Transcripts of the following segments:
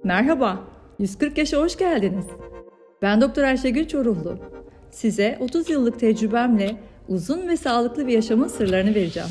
Merhaba, 140 yaşa hoş geldiniz. Ben Doktor Ayşegül Çoruhlu. Size 30 yıllık tecrübemle uzun ve sağlıklı bir yaşamın sırlarını vereceğim.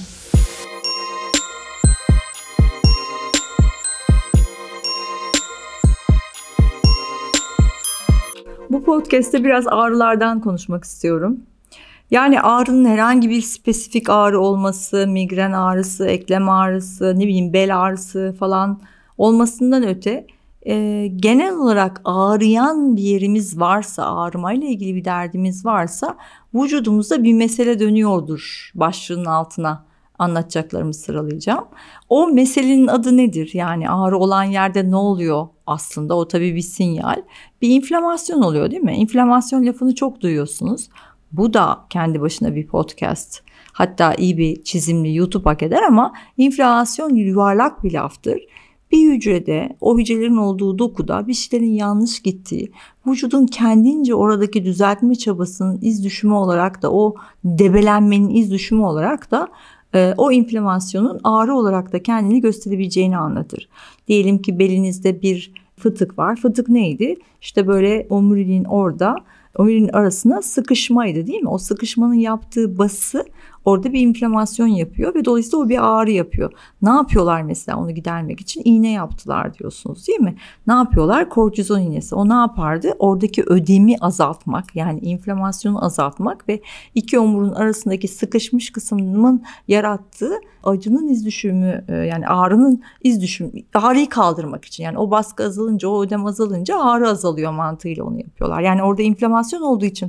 Bu podcast'te biraz ağrılardan konuşmak istiyorum. Yani ağrının herhangi bir spesifik ağrı olması, migren ağrısı, eklem ağrısı, bel ağrısı falan olmasından öte genel olarak ağrıyan bir yerimiz varsa, ağrımayla ilgili bir derdimiz varsa vücudumuzda bir mesele dönüyordur başlığının altına anlatacaklarımı sıralayacağım. O meselenin adı nedir? Yani ağrı olan yerde ne oluyor aslında? O tabii bir sinyal. Bir inflamasyon oluyor değil mi? İnflamasyon lafını çok duyuyorsunuz. Bu da kendi başına bir podcast. Hatta iyi bir çizimli YouTube hak eder ama inflamasyon yuvarlak bir laftır. Bir hücrede, o hücrelerin olduğu dokuda bir şeylerin yanlış gittiği, vücudun kendince oradaki düzeltme çabasının iz düşümü olarak da, o debelenmenin iz düşümü olarak da o inflamasyonun ağrı olarak da kendini gösterebileceğini anlatır. Diyelim ki belinizde bir fıtık var. Fıtık neydi? İşte böyle omuriliğin omuriliğin arasına sıkışmaydı değil mi? O sıkışmanın yaptığı bası orada bir inflamasyon yapıyor ve dolayısıyla o bir ağrı yapıyor. Ne yapıyorlar mesela onu gidermek için? İğne yaptılar diyorsunuz değil mi? Ne yapıyorlar? Kortizon iğnesi. O ne yapardı? Oradaki ödemi azaltmak, yani inflamasyonu azaltmak ve iki omurun arasındaki sıkışmış kısmının yarattığı acının iz düşümü, yani ağrının iz düşümü, ağrıyı kaldırmak için. Yani o baskı azalınca, o ödem azalınca ağrı azalıyor mantığıyla onu yapıyorlar. Yani orada inflamasyon olduğu için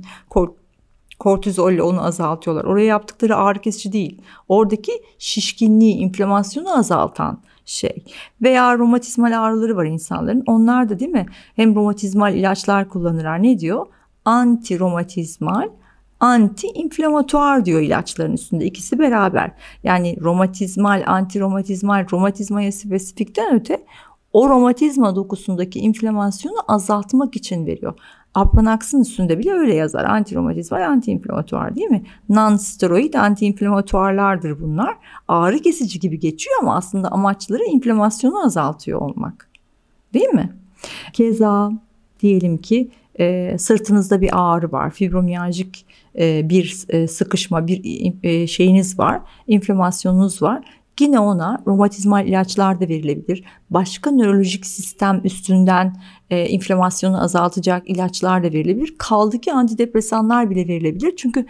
kortizolle onu azaltıyorlar. Oraya yaptıkları ağrı kesici değil. Oradaki şişkinliği, inflamasyonu azaltan şey. Veya romatizmal ağrıları var insanların. Onlar da değil mi? Hem romatizmal ilaçlar kullanırlar. Ne diyor? Antiromatizmal, anti-inflamatuar diyor ilaçların üstünde. İkisi beraber. Yani romatizmal, antiromatizmal, romatizmaya spesifikten öte o romatizma dokusundaki inflamasyonu azaltmak için veriyor. Apanax'ın üstünde bile öyle yazar. Antiromatizmal, antiinflamatuar değil mi? Non-steroid antiinflamatuarlardır bunlar. Ağrı kesici gibi geçiyor ama aslında amaçları inflamasyonu azaltıyor olmak. Değil mi? Keza diyelim ki sırtınızda bir ağrı var. Fibromiyajik bir sıkışma, bir şeyiniz var. İnflamasyonunuz var. Yine ona romatizmal ilaçlar da verilebilir. Başka nörolojik sistem üstünden inflamasyonu azaltacak ilaçlar da verilebilir. Kaldı ki antidepresanlar bile verilebilir. Çünkü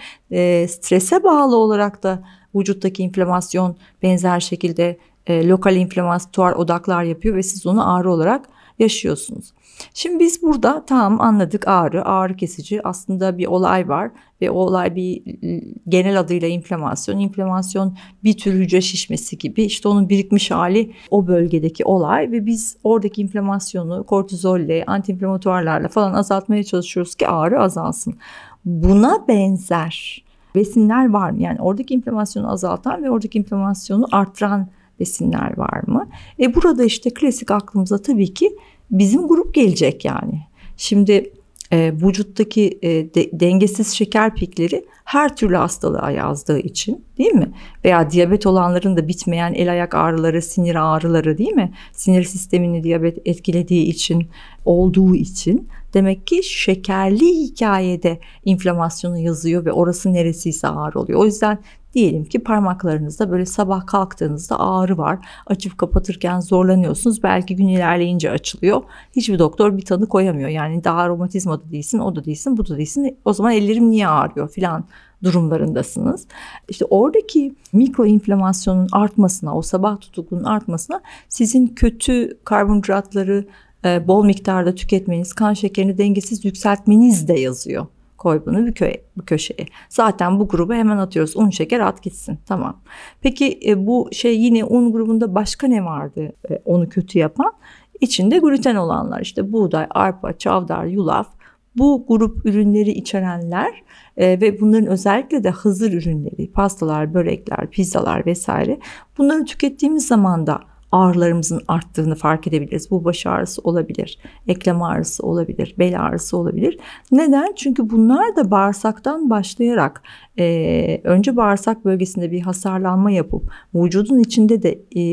strese bağlı olarak da vücuttaki inflamasyon benzer şekilde lokal inflamatuar odaklar yapıyor ve siz onu ağrı olarak yaşıyorsunuz. Şimdi biz burada tamam anladık, ağrı kesici aslında bir olay var ve o olay bir genel adıyla inflamasyon. İnflamasyon bir tür hücre şişmesi gibi, işte onun birikmiş hali o bölgedeki olay ve biz oradaki inflamasyonu kortizolle, antiinflamatuarlarla falan azaltmaya çalışıyoruz ki ağrı azalsın. Buna benzer besinler var mı? Yani oradaki inflamasyonu azaltan ve oradaki inflamasyonu artıran besinler var mı? Burada işte klasik aklımıza tabii ki bizim grup gelecek yani. Şimdi vücuttaki dengesiz şeker pikleri her türlü hastalığa yazdığı için değil mi? Veya diyabet olanların da bitmeyen el ayak ağrıları, sinir ağrıları değil mi? Sinir sistemini diyabet etkilediği için, olduğu için demek ki şekerli hikayede inflamasyonu yazıyor ve orası neresiyse ağrı oluyor. O yüzden diyelim ki parmaklarınızda böyle sabah kalktığınızda ağrı var. Açıp kapatırken zorlanıyorsunuz. Belki gün ilerleyince açılıyor. Hiçbir doktor bir tanı koyamıyor. Yani daha romatizma da değilsin, o da değilsin, bu da değilsin. O zaman ellerim niye ağrıyor filan durumlarındasınız. İşte oradaki mikro inflamasyonun artmasına, o sabah tutukluğunun artmasına sizin kötü karbonhidratları bol miktarda tüketmeniz, kan şekerini dengesiz yükseltmeniz de yazıyor. Koy bunu bir köşeye. Zaten bu gruba hemen atıyoruz. Un, şeker at gitsin. Tamam. Peki bu yine un grubunda başka ne vardı onu kötü yapan? İçinde gluten olanlar. İşte buğday, arpa, çavdar, yulaf. Bu grup ürünleri içerenler ve bunların özellikle de hazır ürünleri, pastalar, börekler, pizzalar vesaire. Bunları tükettiğimiz zaman da ağrılarımızın arttığını fark edebiliriz. Bu baş ağrısı olabilir, eklem ağrısı olabilir, bel ağrısı olabilir. Neden? Çünkü bunlar da bağırsaktan başlayarak önce bağırsak bölgesinde bir hasarlanma yapıp vücudun içinde de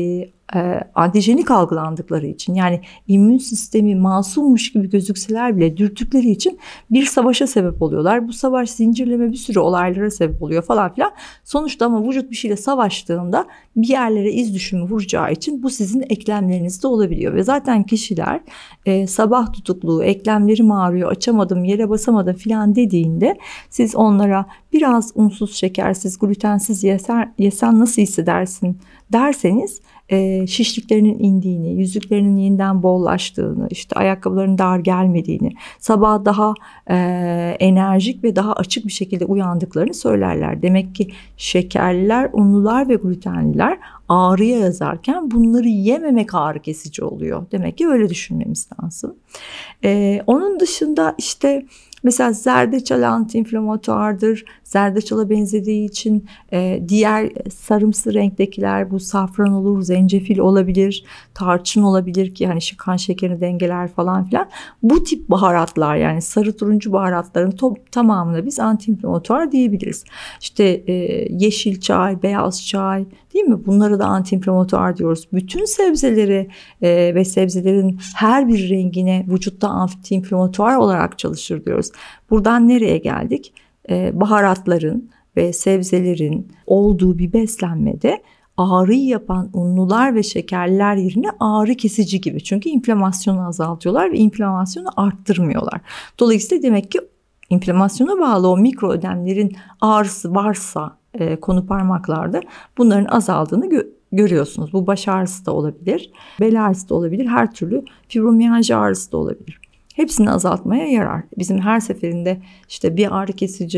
antijenik algılandıkları için, yani immün sistemi masummuş gibi gözükseler bile dürttükleri için bir savaşa sebep oluyorlar. Bu savaş zincirleme bir sürü olaylara sebep oluyor falan filan. Sonuçta ama vücut bir şeyle savaştığında bir yerlere iz düşümü vuracağı için bu sizin eklemlerinizde olabiliyor. Ve zaten kişiler sabah tutukluğu, eklemlerim ağrıyor, açamadım, yere basamadım filan dediğinde siz onlara biraz unsuz, şekersiz, glutensiz yesen nasıl hissedersin derseniz şişliklerinin indiğini, yüzüklerinin yeniden bollaştığını, işte ayakkabılarının dar gelmediğini, sabah daha enerjik ve daha açık bir şekilde uyandıklarını söylerler. Demek ki şekerliler, unlular ve glutenliler ağrıya yazarken bunları yememek ağrı kesici oluyor. Demek ki öyle düşünmemiz lazım. Onun dışında işte mesela zerdeçal antiinflamatuardır. Zerdeçala benzediği için diğer sarımsı renktekiler bu safran olur, zencefil olabilir, tarçın olabilir ki hani kan şekerini dengeler falan filan. Bu tip baharatlar, yani sarı turuncu baharatların tamamına biz antiinflamatuar diyebiliriz. İşte yeşil çay, beyaz çay, değil mi? Bunlara da antiinflamatuar diyoruz. Bütün sebzeleri ve sebzelerin her bir rengine vücutta antiinflamatuar olarak çalışır diyoruz. Buradan nereye geldik? Baharatların ve sebzelerin olduğu bir beslenmede ağrıyı yapan unlular ve şekerler yerine ağrı kesici gibi. Çünkü inflamasyonu azaltıyorlar ve inflamasyonu arttırmıyorlar. Dolayısıyla demek ki inflamasyona bağlı o mikro ödemlerin ağrısı varsa konu parmaklarda bunların azaldığını görüyorsunuz. Bu baş ağrısı da olabilir, bel ağrısı da olabilir, her türlü fibromiyalji ağrısı da olabilir. Hepsini azaltmaya yarar. Bizim her seferinde işte bir ağrı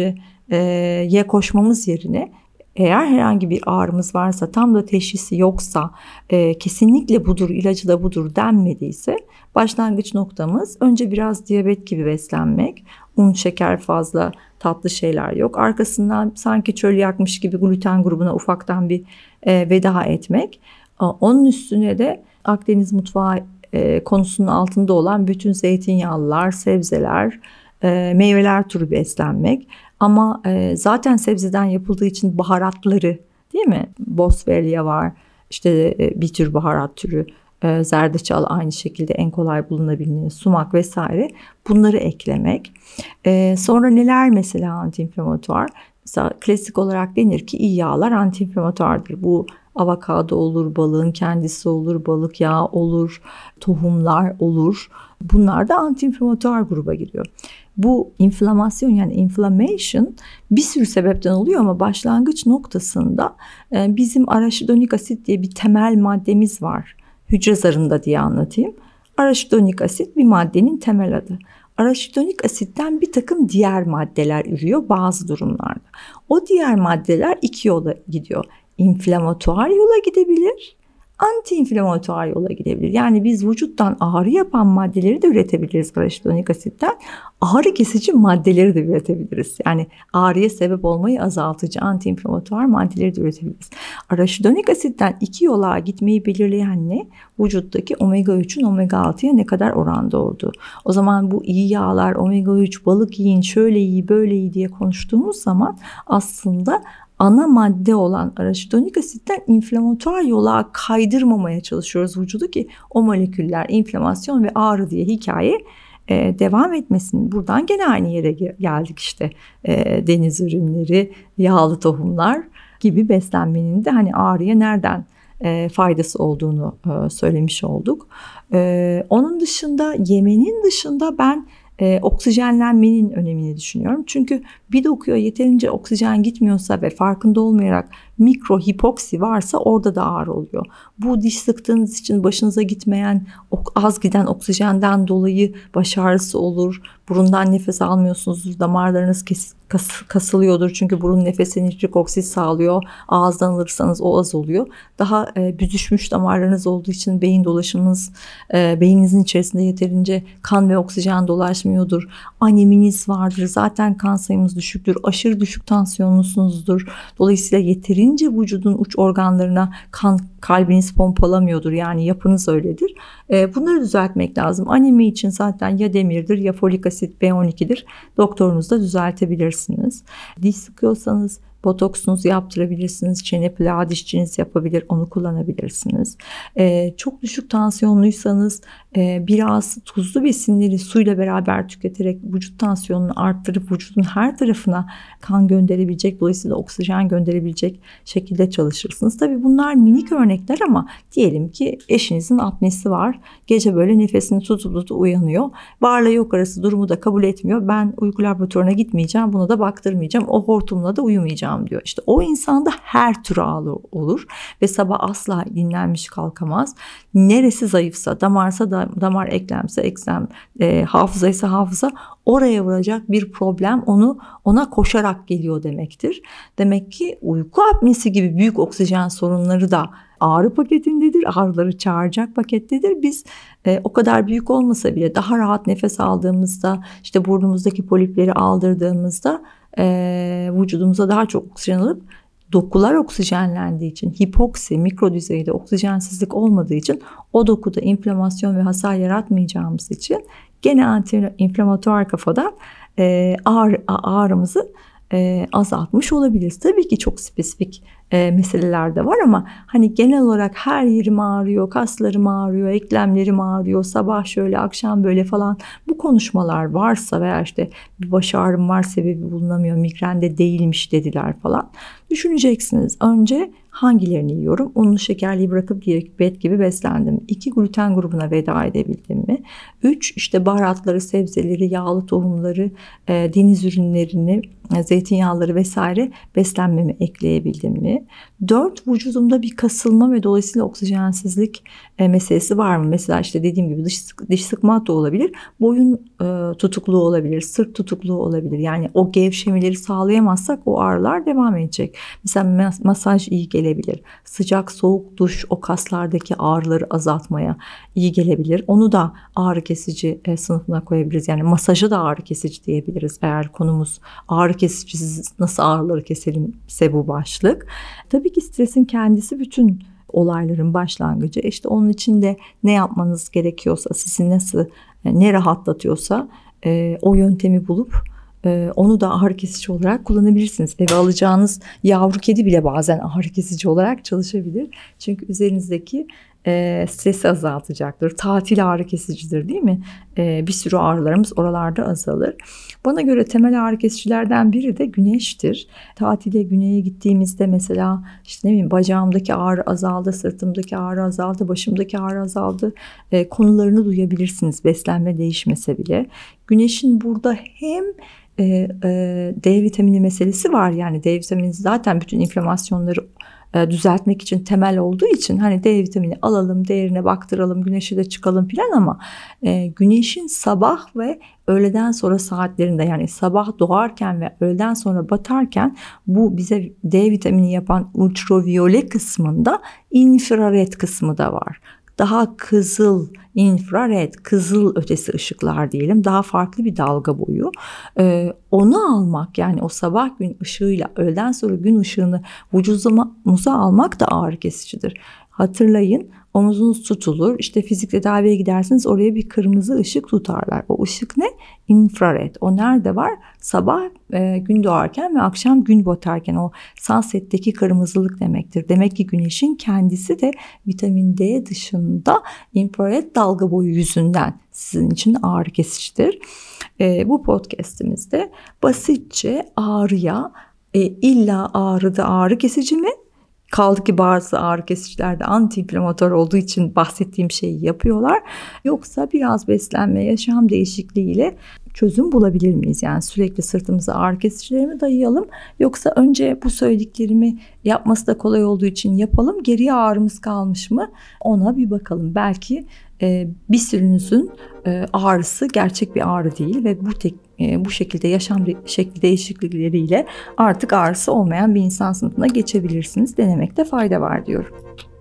kesiciye koşmamız yerine eğer herhangi bir ağrımız varsa, tam da teşhisi yoksa, kesinlikle budur, ilacı da budur denmediyse başlangıç noktamız önce biraz diyabet gibi beslenmek. Un, şeker fazla, tatlı şeyler yok. Arkasından sanki çöl yakmış gibi gluten grubuna ufaktan bir veda etmek. Onun üstüne de Akdeniz mutfağı konusunun altında olan bütün zeytinyağlılar, sebzeler, meyveler türü beslenmek. Ama zaten sebzeden yapıldığı için baharatları, değil mi? Boswellia var, işte bir tür baharat türü, zerdeçal aynı şekilde en kolay bulunabilen, sumak vesaire, bunları eklemek. Sonra neler mesela antiinflamatuar? Mesela klasik olarak denir ki iyi yağlar antiinflamatuardır. Bu avokado olur, balığın kendisi olur, balık yağı olur, tohumlar olur. Bunlar da antiinflamatuar gruba giriyor. Bu inflamasyon, yani inflammation bir sürü sebepten oluyor ama başlangıç noktasında bizim araşidonik asit diye bir temel maddemiz var. Hücre zarında diye anlatayım. Araşidonik asit bir maddenin temel adı. Araşidonik asitten bir takım diğer maddeler ürüyor bazı durumlarda. O diğer maddeler iki yola gidiyor. İnflamatuar yola gidebilir, antiinflamatuar yola gidebilir. Yani biz vücuttan ağrı yapan maddeleri de üretebiliriz araşidonik asitten. Ağrı kesici maddeleri de üretebiliriz. Yani ağrıya sebep olmayı azaltıcı antiinflamatuar maddeleri de üretebiliriz. Araşidonik asitten iki yola gitmeyi belirleyen ne? Vücuttaki omega 3'ün omega 6'ya ne kadar oranda olduğu. O zaman bu iyi yağlar, omega 3, balık yiyin, şöyle iyi, böyle iyi diye konuştuğumuz zaman aslında ana madde olan araşidonik asitten inflamatuar yola kaydırmamaya çalışıyoruz vücudu ki o moleküller inflamasyon ve ağrı diye hikaye devam etmesin. Buradan gene aynı yere geldik işte. Deniz ürünleri, yağlı tohumlar gibi beslenmenin de hani ağrıya nereden faydası olduğunu söylemiş olduk. Onun dışında yemenin dışında ben oksijenlenmenin önemini düşünüyorum. Çünkü bir dokuya yeterince oksijen gitmiyorsa ve farkında olmayarak mikro hipoksi varsa orada da ağrı oluyor. Bu diş sıktığınız için başınıza gitmeyen, az giden oksijenden dolayı baş ağrısı olur. Burundan nefes almıyorsunuzdur, damarlarınız kasılıyordur. Çünkü burun nefese nitrik oksit sağlıyor. Ağızdan alırsanız o az oluyor. Daha büzüşmüş damarlarınız olduğu için beyin dolaşımınız, beyninizin içerisinde yeterince kan ve oksijen dolaşmıyordur. Aneminiz vardır. Zaten kan sayımız düşüktür. Aşırı düşük tansiyonlusunuzdur. Dolayısıyla yeterince vücudun uç organlarına kan, kalbiniz pompalamıyordur. Yani yapınız öyledir. Bunları düzeltmek lazım. Anemi için zaten ya demirdir ya folik asit B12'dir. Doktorunuzda düzeltebilirsiniz. Diş sıkıyorsanız Botoksunuzu yaptırabilirsiniz. Çene plağı dişçiniz yapabilir. Onu kullanabilirsiniz. Çok düşük tansiyonluysanız biraz tuzlu besinleri suyla beraber tüketerek vücut tansiyonunu arttırıp vücudun her tarafına kan gönderebilecek, dolayısıyla oksijen gönderebilecek şekilde çalışırsınız. Tabii bunlar minik örnekler ama diyelim ki eşinizin apnesi var. Gece böyle nefesini tutup uyanıyor. Varla yok arası durumu da kabul etmiyor. Ben uyku laboratuvarına gitmeyeceğim, buna da baktırmayacağım. O hortumla da uyumayacağım diyor. İşte o insanda her tür ağrı olur ve sabah asla dinlenmiş kalkamaz. Neresi zayıfsa, damarsa damar, eklemse eklem, hafızaysa hafıza, oraya vuracak bir problem ona koşarak geliyor demektir. Demek ki uyku apnesi gibi büyük oksijen sorunları da ağrı paketindedir. Ağrıları çağıracak pakettedir. Biz o kadar büyük olmasa bile daha rahat nefes aldığımızda, işte burnumuzdaki polipleri aldırdığımızda vücudumuza daha çok oksijen alıp dokular oksijenlendiği için, hipoksi, mikro düzeyde oksijensizlik olmadığı için o dokuda inflamasyon ve hasar yaratmayacağımız için gene anti-inflamatuar kafadan ağrımızı azaltmış olabiliriz. Tabii ki çok spesifik meseleler de var ama hani genel olarak her yerim ağrıyor, kaslarım ağrıyor, eklemlerim ağrıyor, sabah şöyle, akşam böyle falan, bu konuşmalar varsa veya işte bir baş ağrım var, sebebi bulunamıyor, migrende değilmiş dediler falan, düşüneceksiniz. Önce hangilerini yiyorum? Unlu şekerliği bırakıp diyabet gibi beslendim. 2, gluten grubuna veda edebildim mi? 3, işte baharatları, sebzeleri, yağlı tohumları, deniz ürünlerini, zeytinyağları vesaire beslenmemi ekleyebildim mi? 4, vücudumda bir kasılma ve dolayısıyla oksijensizlik meselesi var mı? Mesela işte dediğim gibi diş sıkma da olabilir, boyun tutukluğu olabilir, sırt tutukluğu olabilir. Yani o gevşemeleri sağlayamazsak o ağrılar devam edecek. Mesela masaj iyi gelebilir. Sıcak soğuk duş o kaslardaki ağrıları azaltmaya iyi gelebilir. Onu da ağrı kesici sınıfına koyabiliriz. Yani masajı da ağrı kesici diyebiliriz. Eğer konumuz ağrı kesici, nasıl ağrıları keselimse bu başlık. Tabii ki stresin kendisi bütün olayların başlangıcı. İşte onun için de ne yapmanız gerekiyorsa, sizi ne rahatlatıyorsa o yöntemi bulup onu da ağrı kesici olarak kullanabilirsiniz. Eve alacağınız yavru kedi bile bazen ağrı kesici olarak çalışabilir. Çünkü üzerinizdeki stresi azaltacaktır. Tatil ağrı kesicidir, değil mi? Bir sürü ağrılarımız oralarda azalır. Bana göre temel ağrı kesicilerden biri de güneştir. Tatile, güneye gittiğimizde mesela işte ne bileyim, bacağımdaki ağrı azaldı, sırtımdaki ağrı azaldı, başımdaki ağrı azaldı konularını duyabilirsiniz, beslenme değişmese bile. Güneşin burada hem D vitamini meselesi var. Yani D vitamini zaten bütün inflamasyonları düzeltmek için temel olduğu için hani D vitamini alalım, değerine baktıralım, güneşe de çıkalım filan, ama güneşin sabah ve öğleden sonra saatlerinde, yani sabah doğarken ve öğleden sonra batarken, bu bize D vitamini yapan ultraviyole kısmında infrared kısmı da var. Daha kızıl, infrared, kızıl ötesi ışıklar diyelim, daha farklı bir dalga boyu. Onu almak, yani o sabah gün ışığıyla öğleden sonra gün ışığını vücudumuza almak da ağrı kesicidir. Hatırlayın, omuzunuz tutulur, işte fizik tedaviye gidersiniz, oraya bir kırmızı ışık tutarlar. O ışık ne? İnfrared. O nerede var? Sabah gün doğarken ve akşam gün batarken, o sunset'teki kırmızılık demektir. Demek ki güneşin kendisi de vitamin D dışında infrared dalga boyu yüzünden sizin için ağrı kesicidir. Bu podcast'imizde basitçe ağrıya illa ağrıda ağrı kesici mi? Kaldı ki bazı ağrı kesicilerde anti-inflamatuar olduğu için bahsettiğim şeyi yapıyorlar. Yoksa biraz beslenme, yaşam değişikliğiyle çözüm bulabilir miyiz? Yani sürekli sırtımıza ağrı kesicileri mi dayayalım? Yoksa önce bu söylediklerimi yapması da kolay olduğu için yapalım, geriye ağrımız kalmış mı? Ona bir bakalım. Belki bir sürünüzün ağrısı gerçek bir ağrı değil ve bu şekilde yaşam şekli değişiklikleriyle artık ağrısı olmayan bir insan sınıfına geçebilirsiniz. Denemekte fayda var diyorum.